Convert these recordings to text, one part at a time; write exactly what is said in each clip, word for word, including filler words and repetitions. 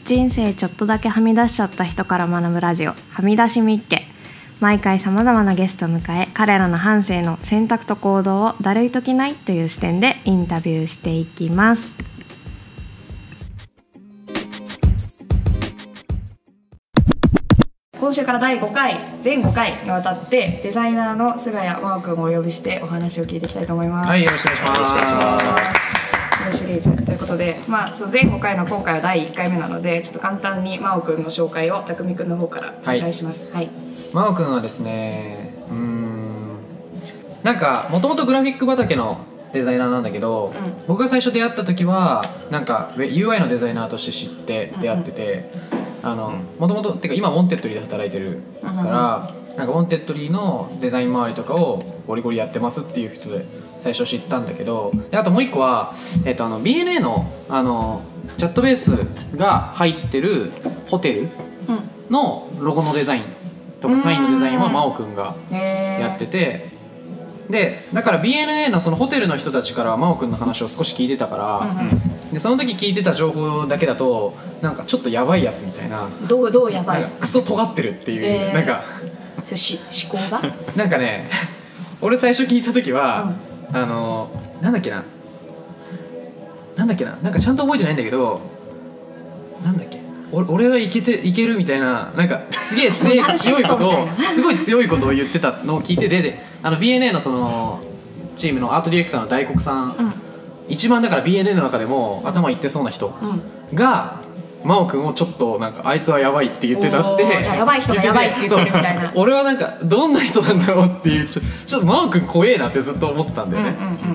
人生ちょっとだけはみ出しちゃった人から学ぶラジオ、はみ出しみっけ。毎回さまざまなゲストを迎え、彼らの半生の選択と行動をだるいときないという視点でインタビューしていきます。今週からだいごかい、全ごかいにわたってデザイナーの菅谷真央くんをお呼びしてお話を聞いていきたいと思います。 はい、よろしくお願いします。よろしくお願いします。 このシリーズということで、まあ、その全ごかいの今回はだいいっかいめなので、ちょっと簡単に真央くんの紹介を匠くんの方からお願いします。はい。 真央くんはですね、うーん、なんかもともとグラフィック畑のデザイナーなんだけど、うん、僕が最初出会った時はなんか ユーアイ のデザイナーとして知って出会ってて、うんうん、あのもともとてか今ウォンテッドリーで働いてるから、うんうん、なんかウォンテッドリーのデザイン周りとかをゴリゴリやってますっていう人で最初知ったんだけど、であともう一個は、えー、とあの ビーエヌエー の, あのチャットベースが入ってるホテルのロゴのデザインとかサインのデザインは真央くんがやってて、でだから ビーエヌエー のそのホテルの人たちから真央くんの話を少し聞いてたから、うんうん、でその時聞いてた情報だけだとなんかちょっとヤバいやつみたいな、 どうどうヤバい、 なんかクソ尖ってるっていう、えー、なんかそれし思考がなんかね、俺最初聞いた時は、うん、あのなんだっけななんだっけななんかちゃんと覚えてないんだけど、なんだっけ、俺はいけていけるみたいな、なんかすげえ強い強いことをすごい強いことを言ってたのを聞いて、でであの ビーエヌエー のそのチームのアートディレクターの大黒さん、うん、一番だから ビーエヌエー の中でも頭いってそうな人が、うん、真央くんをちょっとなんかあいつはやばいって言ってたって、 じゃあやばい人がやばいって言ってるみたいな俺はなんかどんな人なんだろうっていう、ちょ, ちょっと真央くん怖えなってずっと思ってたんだよね、うんうんうん、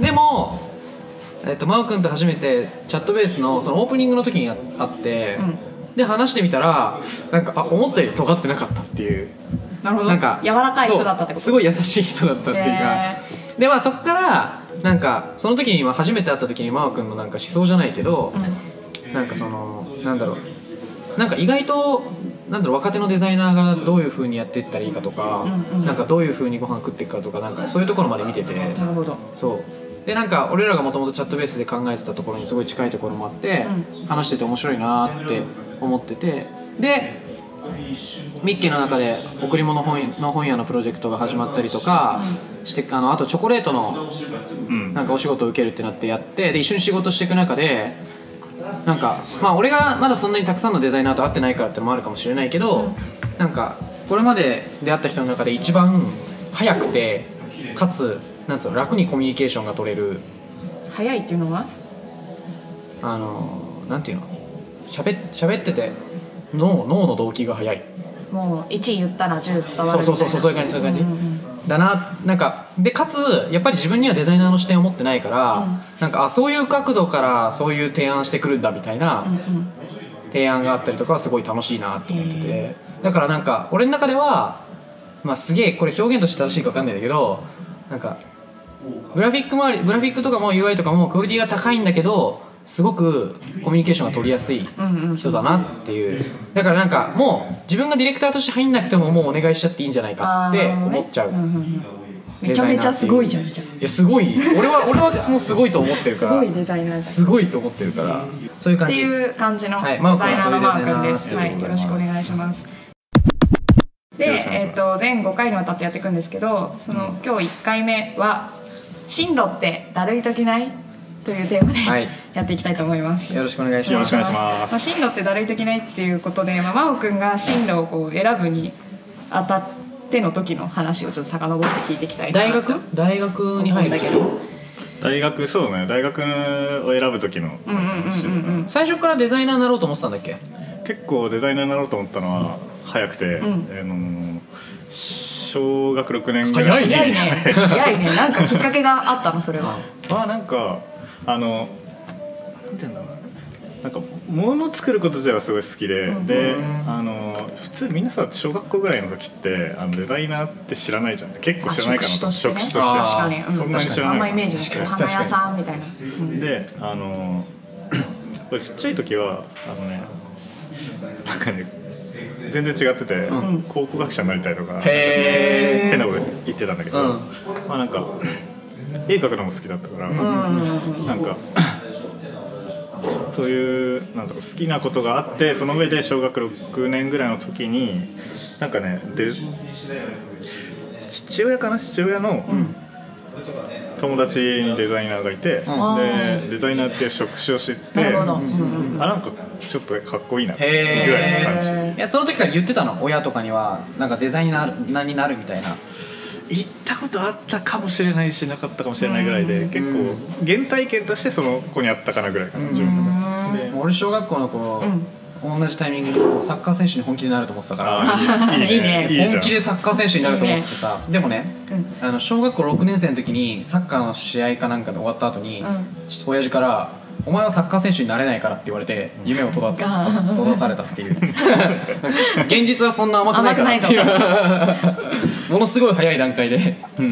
でもえっと、真央くんと初めてチャットベース の, そのオープニングの時にあって、うん、で話してみたらなんかあ思ったより尖ってなかったっていう、 なるほど、なんか柔らかい人だったってこと、 すごい優しい人だったっていうか、でまあそっからなんかその時には初めて会った時に真央くんのなんか思想じゃないけど、うん、なんかそのなんだろう、なんか意外となんだろう、若手のデザイナーがどういう風にやっていったらいいかとか、うんうん、なんかどういう風にご飯食っていくかとか、なんかそういうところまで見てて、なるほど、そうでなんか俺らがもともとチャットベースで考えてたところにすごい近いところもあって、うん、話してて面白いなって思ってて、でミッケの中で贈り物本の本屋のプロジェクトが始まったりとかして、あのあとチョコレートのなんかお仕事を受けるってなってやって、で一緒に仕事していく中でなんかまあ俺がまだそんなにたくさんのデザイナーと会ってないからってのもあるかもしれないけど、うん、なんかこれまで出会った人の中で一番早くてかつなんつうの楽にコミュニケーションが取れる。 早いっていうのはあのなんていうの、喋喋ってて脳脳の動機が早い。 もういち言ったらじゅう伝わるみたいな。 そうそうそうそういう感じそういう感じ、うんうんうん、だな。なんかでかつやっぱり自分にはデザイナーの視点を持ってないから、うん、なんかあそういう角度からそういう提案してくるんだみたいな、うんうん、提案があったりとかはすごい楽しいなと思ってて、だからなんか俺の中ではまあすげえこれ表現として正しいか分かんないんだけど、なんかグラフィック周りグラフィックとかも ユーアイ とかもクオリティが高いんだけどすごくコミュニケーションが取りやすい人だなっていう、だからなんかもう自分がディレクターとして入んなくてももうお願いしちゃっていいんじゃないかって思っちゃう、ね、うんうんうん、 めちゃめちゃすごいじゃん。じゃん、 いやすごい、俺は俺はもうすごいと思ってるから、 すごいデザイナーじゃん、 すごいと思ってるから、そういう感じっていう感じのデザイナーのマー君です。はい、よろしくお願いします。で、えー、と全ごかいにわたってやっていくんですけど、その今日いっかいめは進路ってだるいときないというテーマで、はい、やっていきたいと思います。 よろしくお願いします。 よろしくお願いします。まあ、進路ってだるいときないっていうことで、まあ、真央くんが進路をこう選ぶにあたっての時の話をちょっと遡って聞いていきたいな。 大学大学に入るんだけど、 大学そうね、大学を選ぶ時の、 うんうんうんうんうん、 最初からデザイナーになろうと思ってたんだっけ？ 結構デザイナーになろうと思ったのは早くて、うん、あの小学ろくねんぐらい。 早いね早いね。なんかきっかけがあったのそれは。 まあなんかあのなんていうんだろうな、なんか物を作ること自体はすごい好きで、うん、であの普通みんなさ小学校ぐらいの時ってあのデザイナーって知らないじゃん。結構知らないかなと。 職種としてね。 職種として確かに、うん、 そんなに知らない。 あんまイメージないけど花屋さんみたいな。うん、 であのこれちっちゃい時はあのねなんかね全然違ってて、うん、考古学者になりたいとか変なこと言ってたんだけど、うん、まあなんか絵描くのも好きだったから、うん、なんかそういうなんだろう好きなことがあって、その上で小学ろくねんぐらいの時になんかねで父親かな父親の友達にデザイナーがいて、うん、でデザイナーっていう職種を知って、なるほど、うんうん、あなんかちょっとかっこいいなぐらいの感じ。 いやその時から言ってたの親とかにはなんかデザイナーになるみたいな。 行ったことあったかもしれないしなかったかもしれないぐらいで、結構原体験としてその子にあったかなぐらいかな、自分で。俺小学校の頃、うん、同じタイミングでサッカー選手に本気になると思ってたから、 いいね、いいね、 いい本気でサッカー選手になると思っててさ、いいね、でもね、うん、あの小学校ろくねん生の時にサッカーの試合かなんかで終わった後に、うん、親父からお前はサッカー選手になれないからって言われて夢を閉ざ閉ざされたっていう現実はそんな甘くないからっていうものすごい早い段階で、 うんうん、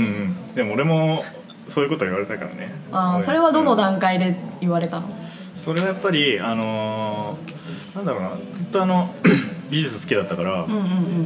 でも俺もそういうこと言われたからね。 あ、それはどの段階で言われたの？ それはやっぱりあのー、なんだろうな、ずっとあの美術好きだったから、うんうんうん、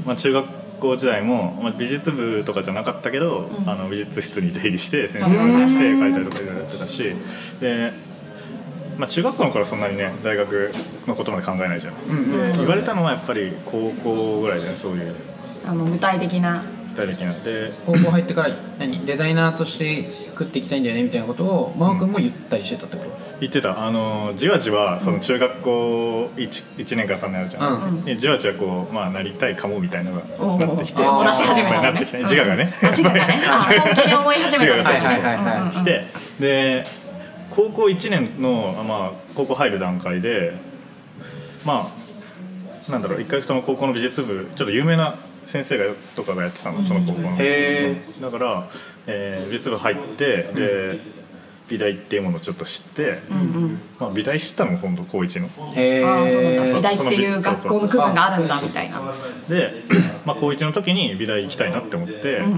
まあ、中学校時代も、まあ、美術部とかじゃなかったけど、うん、あの美術室に出入りして先生にして描いたりとかいろいろやってたし、でまあ、中学校の頃はそんなにね大学のことまで考えないじゃん、うんうん、言われたのはやっぱり高校ぐらいで、ね、そういうあの具体的な具体的なで高校入ってから何デザイナーとして食っていきたいんだよねみたいなことを真央君も言ったりしてたってこと？ 言ってた。あのじわじわその中学校 1, いちねんからさんねんあるじゃん、うん、でじわじわこう、まあ、なりたいかもみたいなのがなってきて、 漏らし始めたのね、 なってきて、自我がね、 あ自我がね本気で思い始めたのね来て、で高校いちねんの、まあ、高校入る段階でまあなんだろう、一回その高校の美術部ちょっと有名な先生がとかがやってたの、その高校の。へだから、えー、美術部入ってで美大っていうものをちょっと知って、うんうん、まあ、美大知ったのも今度高いちの。 へあ、そうなんだ。美大っていう学校の区分があるんだみたいな。 で、まあ、高いちの時に美大行きたいなって思って、うんうんうん、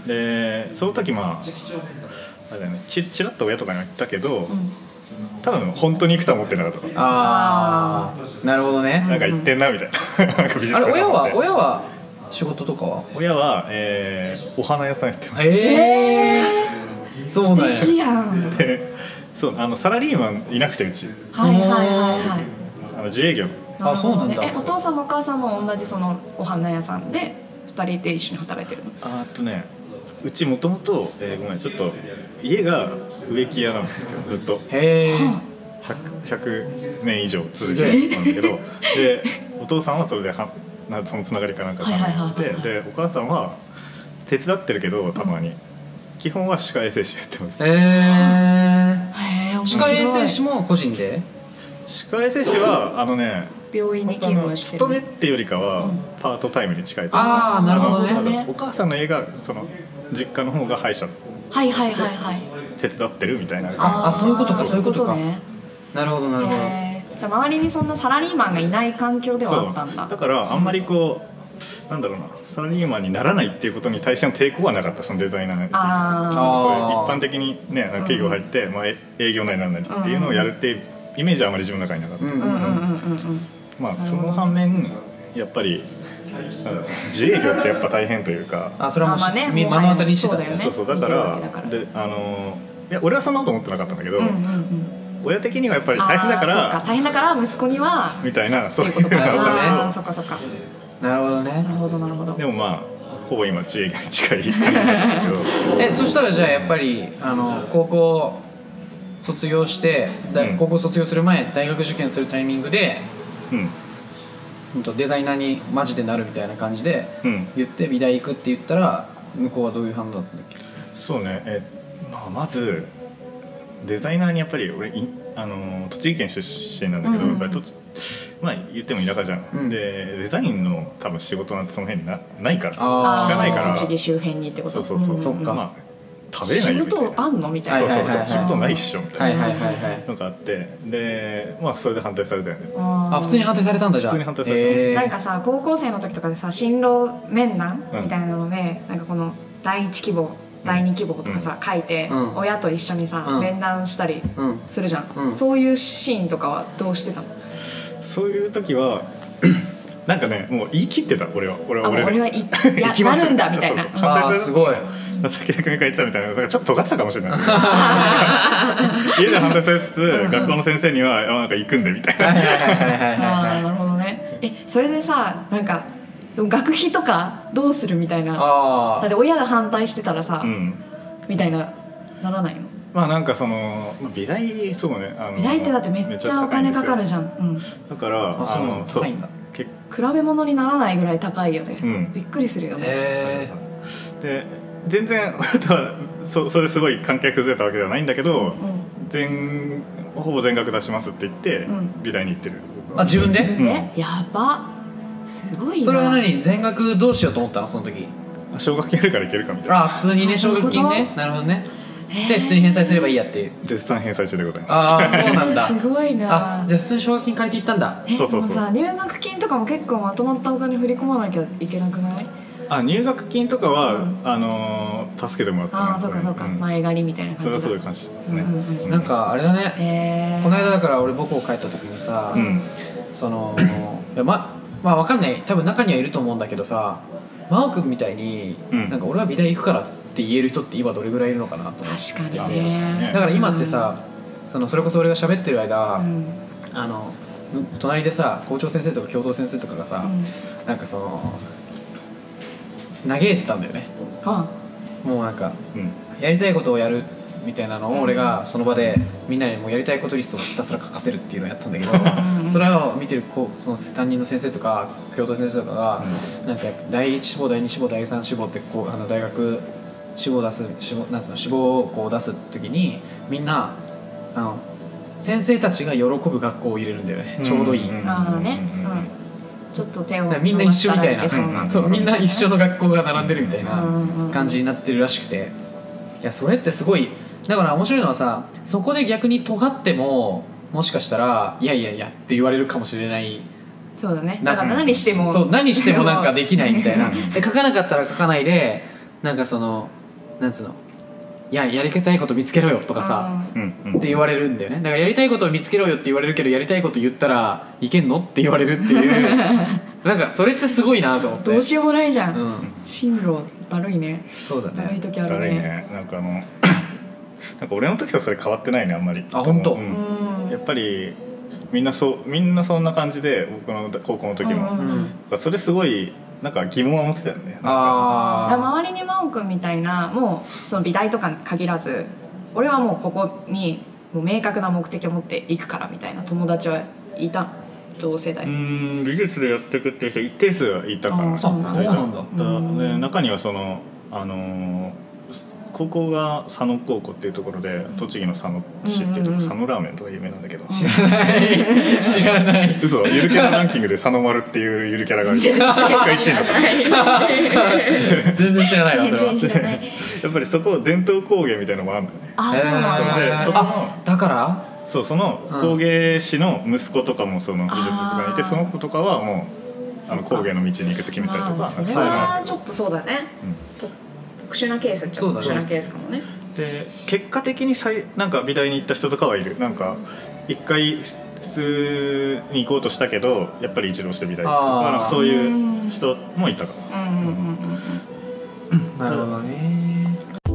でその時まああれだよね、ち, ちらっと親とかには言ったけど、うん、多分本当に行くとは思ってなかった。 ああ、なるほどね。 なんか言ってんなみたいな。なんか美術あれ親は親は仕事とかは？ 親は、えー、お花屋さんやってます。 えー、 そうだよ。 素敵やん。 で、そうあのサラリーマンいなくてうち。 はいはいはいはい。 あの自営業。 あ、そうなんだ。え、お父さんもお母さんも同じそのお花屋さんでふたりで一緒に働いてるの？ あーっとね、うちもともとごめんちょっと家が植木屋なんですよずっと。 へー。 ひゃくねん以上続けてたんだけど、でお父さんはそれではなそのつながりかなんか考えてて、でお母さんは手伝ってるけどたまに、うん、基本は歯科衛生士やってます。 へー。歯科衛生士も個人で？ 歯科衛生士はあのね病院に勤務してる。 勤めっていうよりかはパートタイムに近いと思う。 ああ、なるほどね。 お母さんの家がその実家の方が歯医者。 はいはいはいはい。 手伝ってるみたいな。 ああ、そういうことか、そういうことか。なるほどなるほど。 じゃあ周りにそんなサラリーマンがいない環境ではあったんだ。 だからあんまりこうなんだろうな、サラリーマンにならないっていうことに対しての抵抗はなかった、そのデザイナーに。ああ。そういう一般的にね企業入って、うん、まあ営業なりなんなりっていうのをやるっていうイメージはあまり自分の中になかった。うんうんうんうん。まあその反面やっぱり自営業ってやっぱ大変というか。 あ、それはもう、ね、目の当たりにしてたよね。 そうそう、だからであのいや俺はそんなこと思ってなかったんだけど。うんうんうん、親的にはやっぱり大変だからそうか、大変だから息子にはみたいな、そういうことがあったけど、 そっかそっか、 なるほどね、 なるほどなるほど。 でもまあほぼ今自営業に近い感じになっちゃうけどえ、そしたらじゃあやっぱりあの高校卒業して、うん、高校卒業する前大学受験するタイミングで、うん、デザイナーにマジでなるみたいな感じで言って美大行くって言ったら向こうはどういう反応だったんだっけ？ そうね、え、まあ、まずデザイナーにやっぱり俺あの栃木県出身なんだけど、うんうん、やっぱりまあ言っても田舎じゃん、うん、でデザインの多分仕事なんてその辺に な, ないから知らないから栃木周辺にってこと。 そうそうそう、そっか、まあ食べれないよみたいな、 仕事あんのみたいな、 そうそうそう、仕事ないっしょみたいなのがあって、でまあそれで反対されたよね。 ああ、普通に反対されたんだ。じゃあ普通に反対された、えー、 なんかさ高校生の時とかでさ進路面談みたいなので、うん、なんかこの第一希望だいに希望とかさ、うん、書いて、うん、親と一緒にさ、うん、面談したりするじゃん、うん、そういうシーンとかはどうしてたの？ そういう時はなんかね、もう言い切ってた。俺は俺は俺俺はいやなるんだみたいな。 ああ、すごい。 先田久美が言ってたみたいな、だからちょっと尖ってたかもしれない。 家で反対されつつ学校の先生にはなんか行くんでみたいな。 はいはいはいはいはいああなるほどね。えそれでさなんかでも学費とかどうするみたいな。だって親が反対してたらさ、うん、みたいなならないの？ まあなんかその美大そうねあの美大ってだってめっちゃお金かかるじゃん。うん、 だからあのそう比べ物にならないぐらい高いよね。うん、びっくりするよね。 へーで全然そそれですごい関係崩れたわけではないんだけど、うん、全ほぼ全額出しますって言って、うん、美大に行ってる。 あ自分で？ 自分で？うん、やばすごいな。 それは何全額どうしようと思ったのその時？ 奨学金あるからいけるかみたいな。 あ普通にね奨学金ね。なるほどね。で普通に返済すればいいやっていう。 絶賛返済中でございます。 ああそうなんだ。 すごいな。 あじゃあ普通に奨学金借りていったんだ。 えそうそうそう。でもさ入学金とかも結構まとまったお金振り込まなきゃいけなくない？ あ入学金とかは、うん、あのー、助けてもらったああそうかそうか、うん、前借りみたいな感じだ。 それはすごい感謝ですね、 うんうん、なんかあれだね、えー、この間だから俺母校帰った時にさ、うん、そのいやままあわかんない多分中にはいると思うんだけどさ真央くんみたいに、うん、なんか俺は美大行くからって言える人って今どれぐらいいるのかなと思って。 確かにね。 だから今ってさ、うん、そのそれこそ俺が喋ってる間、うん、あの隣でさ校長先生とか教頭先生とかがさ、うん、なんかその嘆いてたんだよね、はあ、もうなんか、うん、やりたいことをやるみたいなのを俺がその場でみんなにもうやりたいことリストをひたすら書かせるっていうのをやったんだけどそれを見てる子その担任の先生とか教頭先生とかが、うん、なんか第一志望第二志望第三志望ってこうあの大学志望出す志望なんつうの志望校を出す時にみんなあの先生たちが喜ぶ学校を入れるんだよね、うん、ちょうどいい、うん、 ああね、うんちょっと手をみんな一緒みたいな、そうみんな一緒の学校が並んでるみたいな感じになってるらしくて、いやそれってすごいだから面白いのはさそこで逆に尖ってももしかしたらいやいやいやって言われるかもしれない。 そうだね。だから何してもそう何してもなんかできないみたいなで書かなかったら書かないでなんかそのなんつうのいややりたいこと見つけろよとかさって言われるんだよね。だからやりたいことを見つけろよって言われるけどやりたいこと言ったらいけんのって言われるっていうなんかそれってすごいなと思って。 どうしようもないじゃん、うん、進路だるいね。 そうだね。 だるい時あるね。 だるいね。なんかあのなんか俺の時とそれ変わってないねあんまり。 あ本当、 うん、やっぱりみんなそうみんなそんな感じで僕の高校の時も、うんうん、それすごいなんか疑問は持ってたよね。 ああ周りに真央くんみたいなもうその美大とかに限らず俺はもうここにもう明確な目的を持っていくからみたいな友達はいた同世代。 うん美術でやっていくっていう人一定数はいたから。 そうなんだ。 で中にはそのあのー高校が佐野高校っていうところで栃木の佐野市っていうところ、佐野ラーメンとか有名なんだけど知らない知らない嘘ゆるキャラランキングで佐野丸っていうゆるキャラがいちいになった全然知らないわ。 全然知らないやっぱりそこ伝統工芸みたいなのもあるんだよね。 あそうなんだ。 それでそこのだからそうその工芸士の息子とかもその美術部がいてその子とかはもうあの工芸の道に行くって決めたりとか。 それはちょっとそうだね、特殊なケースっちゃ特殊なケースかもね。 で結果的にさいなんか美大に行った人とかはいる。なんか一回普通に行こうとしたけどやっぱり一浪して美大とかなんかそういう人もいたから。 なるほどね。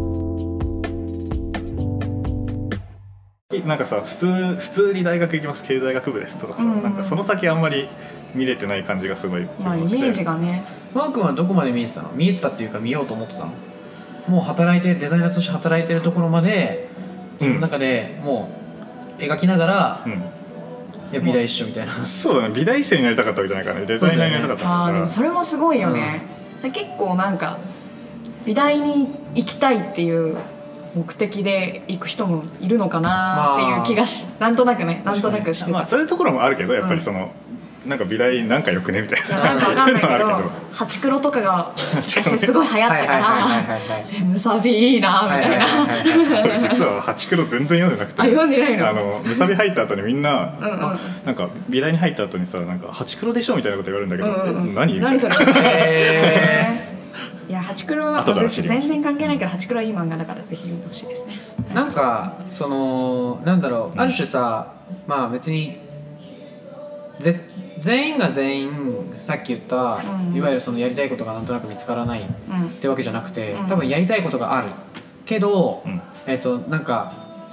なんかさ普通普通に大学行きます経済学部ですとかさ、うんうん、なんかその先あんまり見れてない感じがすごい。 まあイメージがね。 マー君はどこまで見えてたの？見えてたっていうか見ようと思ってたの？もう働いてデザイナーとして働いてるところまでその中でもう描きながら、うん、いや美大一緒みたいな、まあ、 そうだね。美大生になりたかったわけじゃないからね。デザイナーになりたかったから、 ね、あでもそれもすごいよね、うん、結構なんか美大に行きたいっていう目的で行く人もいるのかなっていう気がし、まあ、なんとなくねなんとなくしてた。 まあそういうところもあるけどやっぱりその、うん、なんか美大なんかよくねみたいな。 なんかわかんないけどハチクロとかがすごい流行ったからムサビいいなみたいな。 実はハチクロ全然読んでなくて。 あ読んでないの。 あのムサビ入った後にみんなうん、うん、なんか美大に入った後にさなんかハチクロでしょみたいなこと言われるんだけど、うんうん、何何それ。へーいやハチクロは全然関係ないからハチクロはいい漫画だからぜひ読んでほしいですね。 なんかそのなんだろう、うん、ある種さまあ別にぜ全員が全員さっき言った、うん、いわゆるそのやりたいことがなんとなく見つからないってわけじゃなくて、うん、多分やりたいことがあるけど、うん、えっとなんか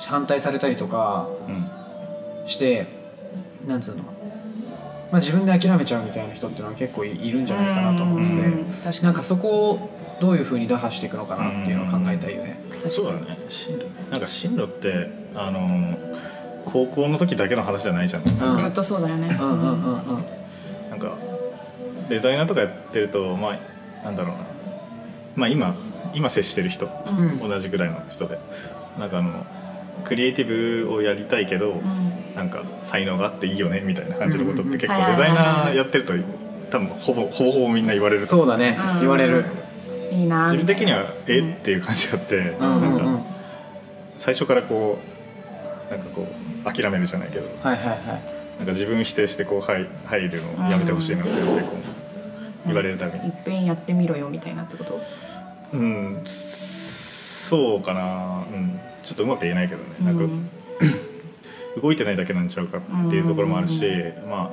反対されたりとかうんしてなんつうの、まあ、自分で諦めちゃうみたいな人っていうのは結構いるんじゃないかなと思ってて、 うん確かになんかそこをどういうふうに打破していくのかなっていうのを考えたいよね。 そうだね。進路なんか進路ってあの高校の時だけの話じゃないじゃん。 うんずっとそうだよね。 うんうんうんうんなんかデザイナーとかやってるとまあなんだろうな、まあ今今接してる人、 うん同じぐらいの人でなんかあのクリエイティブをやりたいけど、 うんなんか才能があっていいよねみたいな感じのことって結構うんうんうんデザイナーやってると多分ほぼほぼほぼみんな言われる。 そうだね、 うん言われる。 いいな。 自分的にはえっていう感じがあって、 うんうんなんうんか最初からこうなんかこう諦めるじゃないけど、 はいはいはい。 なんか自分否定してこう入入るのやめてほしいなって結構言われるたびに、 いっぺんやってみろよみたいなってこと。 うんそうかな、うんちょっとうまく言えないけどね、なんかうん動いてないだけなんちゃうかっていうところもあるし、まあ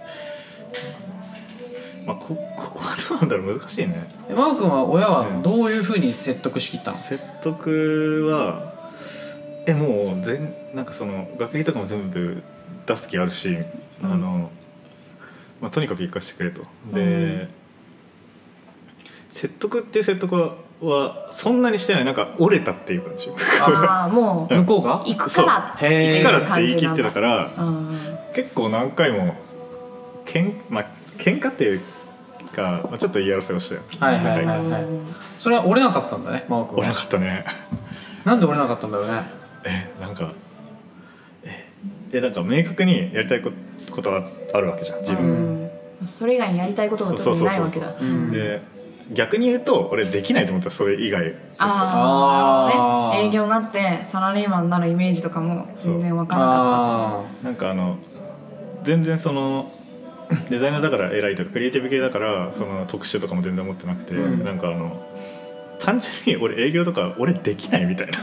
まあこここはどうなんだろう、難しいね。 え真央君は親はどういうふうに説得しきったの？ 説得はえもう全なんかその学費とかも全部出す気あるし、 うんあのまあ、とにかく行かせてくれと。で、 うん説得っていう説得ははそんなにしてない、なんか折れたっていう感じ。 ああもう向こうが？ 行くからそうへー行くからって言い切ってたからうん結構何回もけんまあ喧嘩っていうか、まあ、ちょっと言い争いをしたよ。 はいはいはいはい。それは折れなかったんだね、真央君折れなは。 かったね。 なんで折れなかったんだろうね。 えなんかええなんか明確にやりたいこことはあるわけじゃん自分。 うんそれ以外にやりたいことが特にないわけだ。 うんで逆に言うと俺できないと思ったらそれ以外ちょっとああ、 あーね、営業になってサラリーマンになるイメージとかも全然分からなかあなんかあの全然そのデザイナーだから偉いとかクリエイティブ系だからその特殊とかも全然思ってなくて、 うんなんかあの単純に俺営業とか俺できないみたいな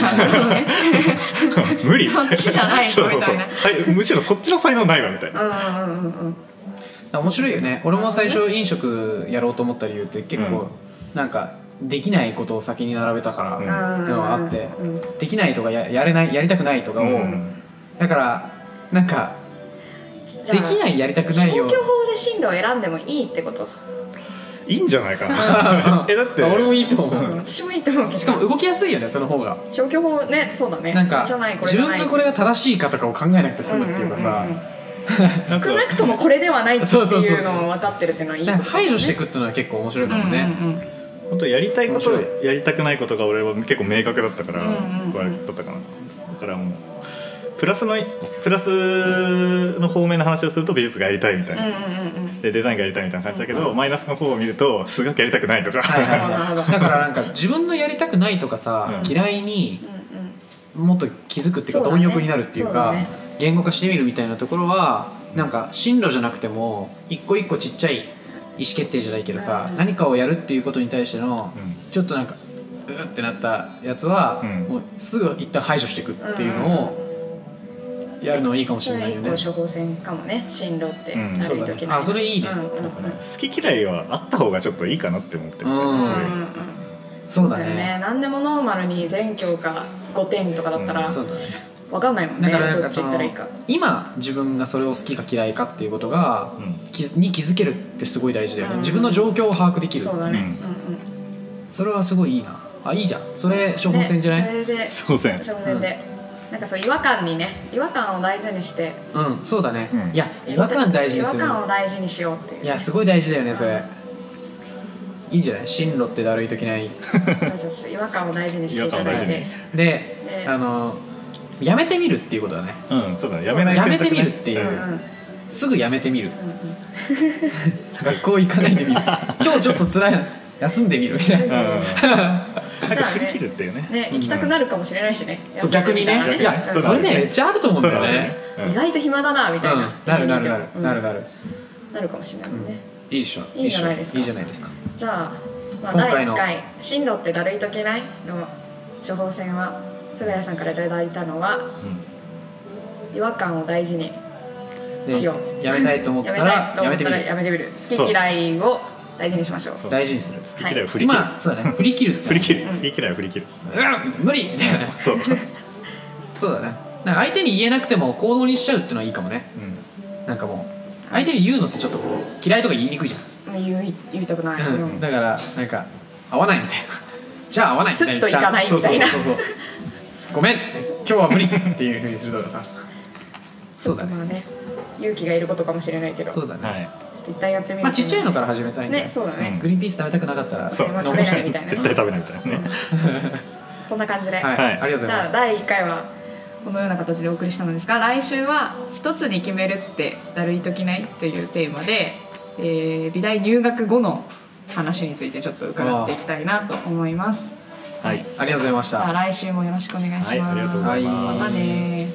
無理みたいなそっちじゃないそうそうそうみたいなさいむしろそっちの才能ないわみたいな。 った。うんうんうんうんあ面白いよね。俺も最初飲食やろうと思った理由って結構なんかできないことを先に並べたからうんっていうのがあって、 うんできないとか や, やれないやりたくないとかを、 うんだからなんかじゃあできないやりたくないよ消去法で進路を選んでもいいってこと。 いいんじゃないかなえだって俺もいいと思う、 うん私もいいと思うけど。 しかも動きやすいよねその方が。 消去法ね、そうだね。 なんかじゃないこれ自じゃない分がこれが正しいかとかを考えなくて済むっていうかさ、 んんん少なくともこれではないってそうそうそういうそうのを分かってるっていうのはいいなんかことだね。 排除していくっていうのは結構面白いかもね、 うんうんうん本当やりたいこと面やりたくないことが俺は結構明確だったから、 うんうんうんこれだったかな。だからもうプラスのプラスの方面の話をすると美術がやりたいみたいな、 うんうんうんうんでデザインがやりたいみたいな感じだけど、マイナスの方を見ると数学やりたくないとか、 はいはいなるほどはい、だからなんか自分のやりたくないとかさ、 うん嫌いにうんうんもっと気づくっていうかそうだね貪欲になるっていうかそうだね言語化してみるみたいなところはなんか進路じゃなくても一個一個ちっちゃい意思決定じゃないけどさ、 うん何かをやるっていうことに対してのうんちょっとなんかうーってなったやつは、 うんもうすぐ一旦排除していくっていうのをやるのはいいかもしそれないよね。 れ一個処方箋かもね、進路ってうんなるときない。 あそれいいねうんうんうん好き嫌いはあった方がちょっといいかなって思ってるんですよ、 うんそういううんうんそうだねそうだよね。何でもノーマルに全教科ごてんとかだったらそうだね。 分かんないもんね。 だからなんどっちかその行ったらいいか。 今自分がそれを好きか嫌いかっていうことが、 うんきに気づけるってすごい大事だよね、 うん自分の状況を把握できる。 そうだね。 ううんんうん。 それはすごいいいなあ。いいじゃんそれ処方箋じゃない、 ねそれで挑戦処方箋で、なんかそう違和感にね、違和感を大事にして、 うんそうだね、 うんいや違和感大事にする違和感を大事にしようっていう。 いやすごい大事だよねそれ。いいんじゃない進路ってだるいときないちょっと違和感を大事にしていただい違和感を大事てに。 でであのやめてみるっていうことだね。 うんそうだねやめないやめ選択ねてみるっていう、 うんうんすぐやめてみる、 うんうん学校行かないでみる今日ちょっと辛いな休んでみるみたいな、 うんなんか振り切るっていうねね、行きたくなるかもしれないしね。 そう逆にね休んでみたらいやそれねめっちゃあると思うんだよね。 そうだね意外と暇だなみたいな。 うん、なるなるなる、 うんなるなる、 なるかもしれないもんね。 いいでしょいいんじゃないですかいいじゃないですか。 じゃあ、まあ、 今回のだいいっかい「進路ってだるいとけない?」の処方箋は菅谷さんからいただいたのは違和感を大事にでしよう。 やめたいと思ったやめたいらと思ってたらやめみるやめてみる。好き嫌いを大事にしましょう。 そう大事にする。 好き嫌いを振り切る今そうだね振り切るって振り切る好き嫌いを振り切るうん無理みたいなそうそうだね。なんか相手に言えなくても行動にしちゃうっていうのはいいかもね。 うん、 なんかもう相手に言うのってちょっとこう嫌いとか言いにくいじゃん。 言い言いたくない、 うんうん、 だからなんか合わないみたいなじゃあ合わないみたいな、 スッといかないみたいな、 そうそうそうそうごめん今日は無理っていうふうにするとかさそうだね、 まあね勇気がいることかもしれないけど、 そうだね、 はい、 一旦やってみる。 まあちっちゃいのから始めたいんで、 ね、そうだね、 グリーンピース食べたくなかったらそう食べないみたいな、 絶対食べないみたいなねそんな感じで、 はい、 はいありがとうございます。 じゃあだいいっかいはこのような形でお送りしたのですが、来週は一つに決めるってだるいときないというテーマで、えー、美大入学後の話についてちょっと伺っていきたいなと思います。 はい、 ありがとうございました。 じゃあ来週もよろしくお願いします。 はい、ありがとうございます。 またね。